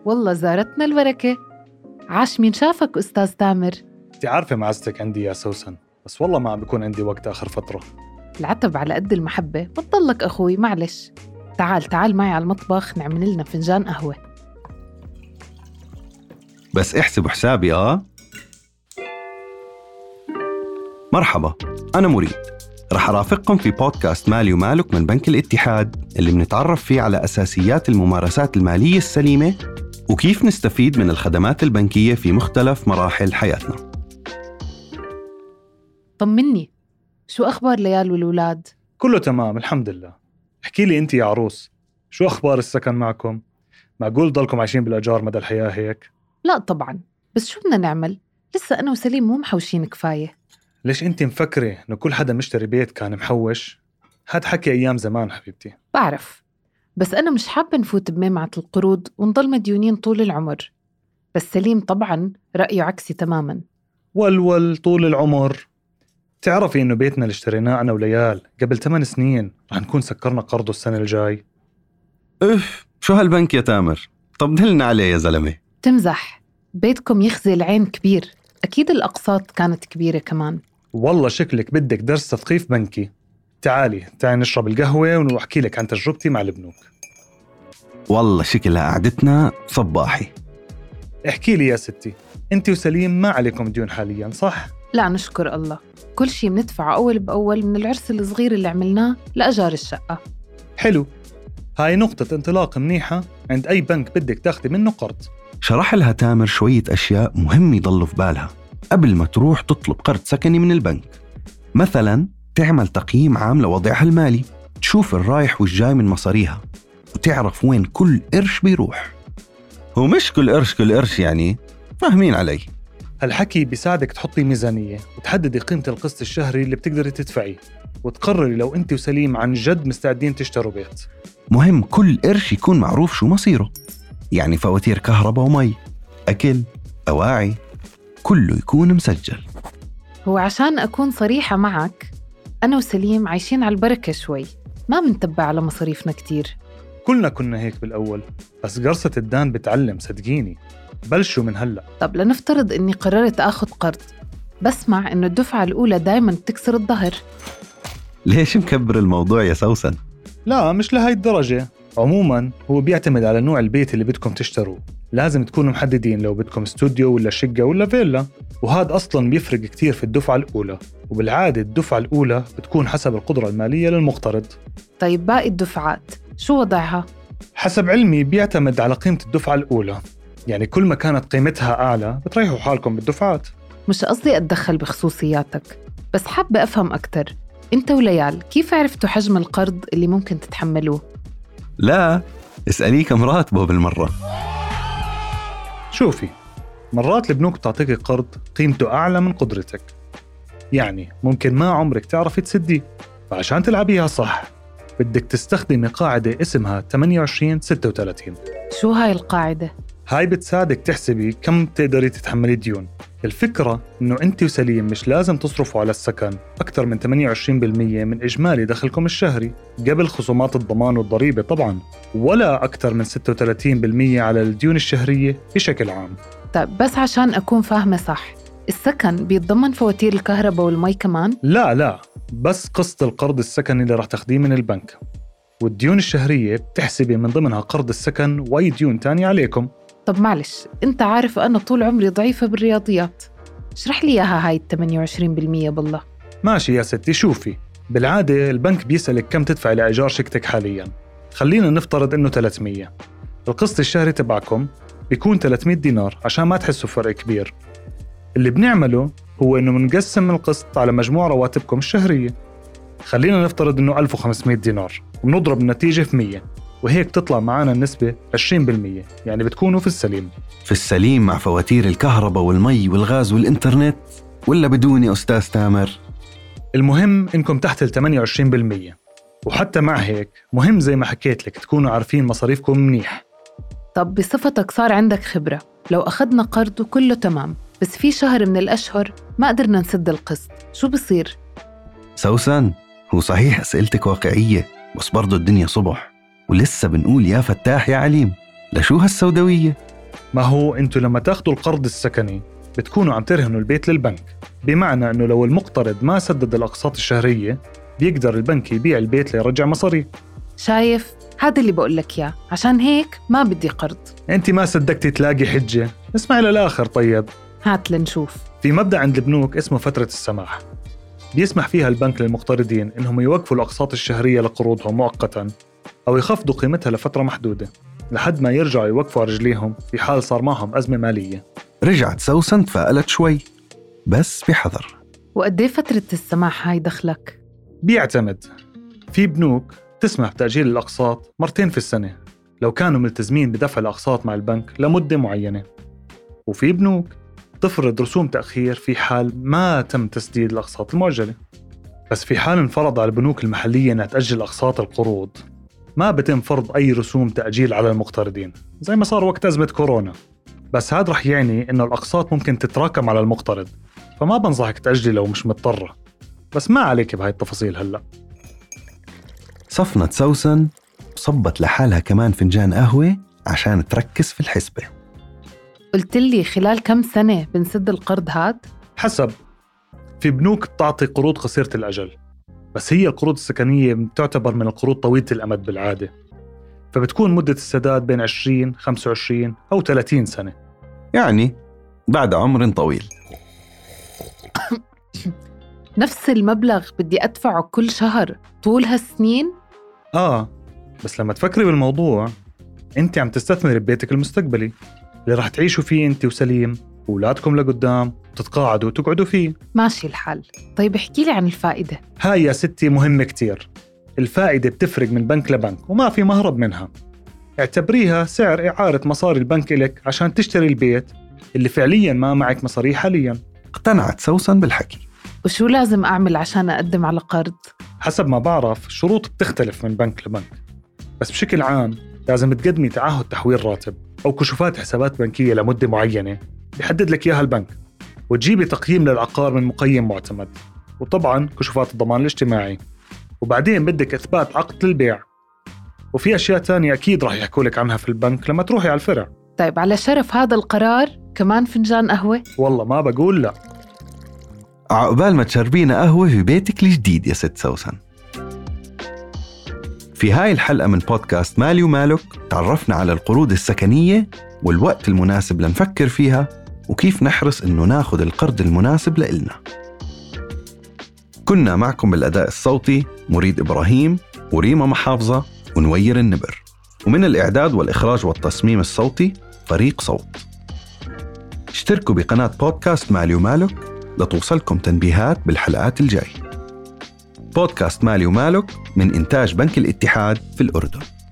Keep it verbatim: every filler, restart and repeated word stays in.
والله زارتنا البركة. عاش مين شافك أستاذ تامر. انت عارفة معزتك عندي يا سوسن، بس والله ما عم بيكون عندي وقت آخر فترة. العتب على قد المحبة، بتضلك أخوي معلش. تعال تعال معي على المطبخ نعمل لنا فنجان قهوة. بس احسبوا حسابي. آه مرحبا، أنا مريد، رح أرافقكم في بودكاست مالي ومالك من بنك الاتحاد، اللي بنتعرف فيه على أساسيات الممارسات المالية السليمة وكيف نستفيد من الخدمات البنكية في مختلف مراحل حياتنا. طمني، شو أخبار ليال والولاد؟ كله تمام الحمد لله. احكي لي أنت يا عروس، شو أخبار السكن معكم؟ معقول ضلكم عايشين بالأجار مدى الحياة هيك؟ لا طبعا، بس شو بدنا نعمل؟ لسه أنا وسليم مو محوشين كفاية. ليش أنت مفكرة إنه كل حدا مشتري بيت كان محوش؟ هاد حكي أيام زمان حبيبتي. بعرف، بس أنا مش حابة نفوت بميمعة القروض ونضل مديونين طول العمر. بس سليم طبعاً رأيه عكسي تماماً. والول طول العمر. تعرفي إنه بيتنا اللي اشتريناه أنا وليال قبل ثمان سنين رح نكون سكرنا قرضه السنة الجاي. اف شو هالبنك يا تامر؟ طب دلنا عليه يا زلمة. تمزح، بيتكم يخزي العين كبير، أكيد الأقساط كانت كبيرة كمان. والله شكلك بدك درس تثقيف بنكي. تعالي تعالي نشرب القهوة ونحكي لك عن تجربتي مع البنوك. والله شكلها قعدتنا صباحي. احكي لي يا ستي، انت وسليم ما عليكم ديون حاليا صح؟ لا نشكر الله، كل شيء بندفعه أول بأول من العرس الصغير اللي عملناه لأجار الشقة. حلو، هاي نقطة انطلاق منيحة عند أي بنك بدك تاخدي منه قرض. شرح لها تامر شوية أشياء مهم يضلوا في بالها قبل ما تروح تطلب قرض سكني من البنك. مثلاً تعمل تقييم عام لوضعها المالي، تشوف الرايح والجاي من مصاريها وتعرف وين كل قرش بيروح. هو مش كل قرش كل قرش يعني، فاهمين علي؟ هالحكي بيساعدك تحطي ميزانية وتحددي قيمة القسط الشهري اللي بتقدري تدفعيه، وتقرري لو انت وسليم عن جد مستعدين تشتروا بيت. مهم كل قرش يكون معروف شو مصيره، يعني فواتير كهرباء ومي، أكل، أواعي، كله يكون مسجل. هو عشان أكون صريحة معك، أنا وسليم عايشين على البركة شوي، ما منتبع على مصاريفنا كتير. كلنا كنا هيك بالأول، بس قرصة الدان بتعلم صدقيني. بلشوا من هلأ. طب لنفترض إني قررت أخذ قرض، بسمع إنه الدفعة الأولى دايماً تكسر الظهر. ليش مكبر الموضوع يا سوسن؟ لا مش لهاي الدرجة. عموماً هو بيعتمد على نوع البيت اللي بدكم تشتروه. لازم تكونوا محددين لو بدكم استوديو ولا شقة ولا فيلا، وهذا أصلاً بيفرق كتير في الدفعة الأولى، وبالعادة الدفعة الأولى بتكون حسب القدرة المالية للمقترض. طيب باقي الدفعات شو وضعها؟ حسب علمي بيعتمد على قيمة الدفعة الأولى، يعني كل ما كانت قيمتها أعلى بتريحوا حالكم بالدفعات. مش قصدي أتدخل بخصوصياتك، بس حابة أفهم أكتر. أنت وليال كيف عرفتوا حجم القرض اللي ممكن تتحملوه؟ لا اسألي كم راتبه بالمرة. شوفي، مرات البنوك بتعطيك قرض قيمته أعلى من قدرتك، يعني ممكن ما عمرك تعرفي تسديه. فعشان تلعبيها صح بدك تستخدمي قاعدة اسمها ثمانية وعشرين ستة وثلاثين. شو هاي القاعدة؟ هاي بتساعدك تحسبي كم تقدري تتحملي ديون. الفكرة إنه أنت وسليم مش لازم تصرفوا على السكن أكثر من ثمانية وعشرين بالمية من إجمالي دخلكم الشهري قبل خصومات الضمان والضريبة طبعاً، ولا أكثر من ستة وثلاثين بالمية على الديون الشهرية بشكل عام. طيب بس عشان أكون فاهمة صح، السكن بيتضمن فواتير الكهرباء والمي كمان؟ لا لا، بس قسط القرض السكني اللي راح تاخديه من البنك، والديون الشهرية بتحسبي من ضمنها قرض السكن وأي ديون تانية عليكم. طب معلش، أنت عارف أنا طول عمري ضعيفة بالرياضيات، اشرح لي إياها هاي الثمانية وعشرين بالمية بالله. ماشي يا ستي، شوفي بالعادة البنك بيسألك كم تدفع لإيجار شقتك حالياً. خلينا نفترض إنه ثلاثمية. القسط الشهري تبعكم بيكون ثلاثمية دينار عشان ما تحسوا فرق كبير. اللي بنعمله هو إنه منقسم القسط على مجموع رواتبكم الشهرية. خلينا نفترض إنه ألف وخمسمية دينار ونضرب النتيجة في مية، وهيك تطلع معانا النسبة عشرين بالمية، يعني بتكونوا في السليم. في السليم مع فواتير الكهرباء والمي والغاز والإنترنت، ولا بدون يا أستاذ تامر؟ المهم إنكم تحت ال ثمانية وعشرين بالمية، وحتى مع هيك مهم زي ما حكيت لك تكونوا عارفين مصاريفكم منيح. طب بصفتك صار عندك خبرة، لو أخذنا قرض وكله تمام بس في شهر من الأشهر ما قدرنا نسد القسط، شو بصير؟ سوسن، هو صحيح أسئلتك واقعية، بس برضو الدنيا صبح ولسه بنقول يا فتاح يا عليم. لشو هالسوداوية؟ ما هو انتوا لما تاخدوا القرض السكني بتكونوا عم ترهنوا البيت للبنك، بمعنى انه لو المقترض ما سدد الاقساط الشهرية بيقدر البنك يبيع البيت ليرجع مصاريه. شايف؟ هذا اللي بقول لك اياه، عشان هيك ما بدي قرض. انت ما صدقتي تلاقي حجة؟ اسمعي للآخر. طيب هات لنشوف. في مبدأ عند البنوك اسمه فترة السماح، بيسمح فيها البنك للمقترضين إنهم يوقفوا الأقساط الشهرية لقروضهم مؤقتاً أو يخفضوا قيمتها لفترة محدودة لحد ما يرجعوا يوقفوا على رجليهم في حال صار معهم أزمة مالية. رجعت سوسن تفائلت شوي، بس بحذر. وقد ايه فترة السماح هاي دخلك؟ بيعتمد. في بنوك تسمح بتأجيل الأقساط مرتين في السنة لو كانوا ملتزمين بدفع الأقساط مع البنك لمدة معينة، وفي بنوك تفرض رسوم تأخير في حال ما تم تسديد الأقساط المؤجلة. بس في حال انفرض على البنوك المحلية أنها تأجل أقساط القروض ما بتم فرض أي رسوم تأجيل على المقترضين زي ما صار وقت أزمة كورونا. بس هذا رح يعني إنه الأقساط ممكن تتراكم على المقترض، فما بنصحك تأجلي لو مش مضطرة. بس ما عليك بهاي التفاصيل هلأ. صفنت سوسن وصبت لحالها كمان فنجان قهوة عشان تركز في الحسبة. قلت لي خلال كم سنة بنسد القرض هاد؟ حسب. في بنوك بتعطي قروض قصيرة الأجل، بس هي القروض السكنية بتعتبر من القروض طويلة الأمد بالعادة، فبتكون مدة السداد بين عشرين خمسة وعشرين أو ثلاثين سنة، يعني بعد عمر طويل. نفس المبلغ بدي أدفعه كل شهر طول هالسنين؟ آه، بس لما تفكري بالموضوع أنت عم تستثمر ببيتك المستقبلي اللي رح تعيشوا فيه أنت وسليم وولادكم لقدام وتتقاعدوا وتقعدوا فيه. ماشي الحال. طيب احكي لي عن الفائدة. هاي يا ستي مهمة كتير. الفائدة بتفرق من بنك لبنك وما في مهرب منها. اعتبريها سعر إعارة مصاري البنك إلك عشان تشتري البيت اللي فعلياً ما معك مصاري حالياً. اقتنعت سوسن بالحكي. وشو لازم أعمل عشان أقدم على قرض؟ حسب ما بعرف الشروط بتختلف من بنك لبنك، بس بشكل عام لازم تقدمي تعهد تحويل راتب أو كشوفات حسابات بنكية لمدة معينة بيحدد لك إياها البنك، وتجيبي تقييم للعقار من مقيم معتمد، وطبعاً كشوفات الضمان الاجتماعي، وبعدين بدك إثبات عقد للبيع، وفي أشياء تانية أكيد راح يحكوا لك عنها في البنك لما تروحي على الفرع. طيب على شرف هذا القرار كمان فنجان قهوة؟ والله ما بقول لا. عقبال ما تشربينا قهوة في بيتك الجديد يا ست سوسن. في هاي الحلقة من بودكاست مالي ومالك تعرفنا على القروض السكنية والوقت المناسب لنفكر فيها وكيف نحرص إنه ناخد القرض المناسب لإلنا. كنا معكم بالأداء الصوتي مريد إبراهيم وريما محافظة ونوير النبر، ومن الإعداد والإخراج والتصميم الصوتي فريق صوت. اشتركوا بقناة بودكاست مالي ومالك لتوصلكم تنبيهات بالحلقات الجاي. بودكاست مالي ومالك من إنتاج بنك الاتحاد في الأردن.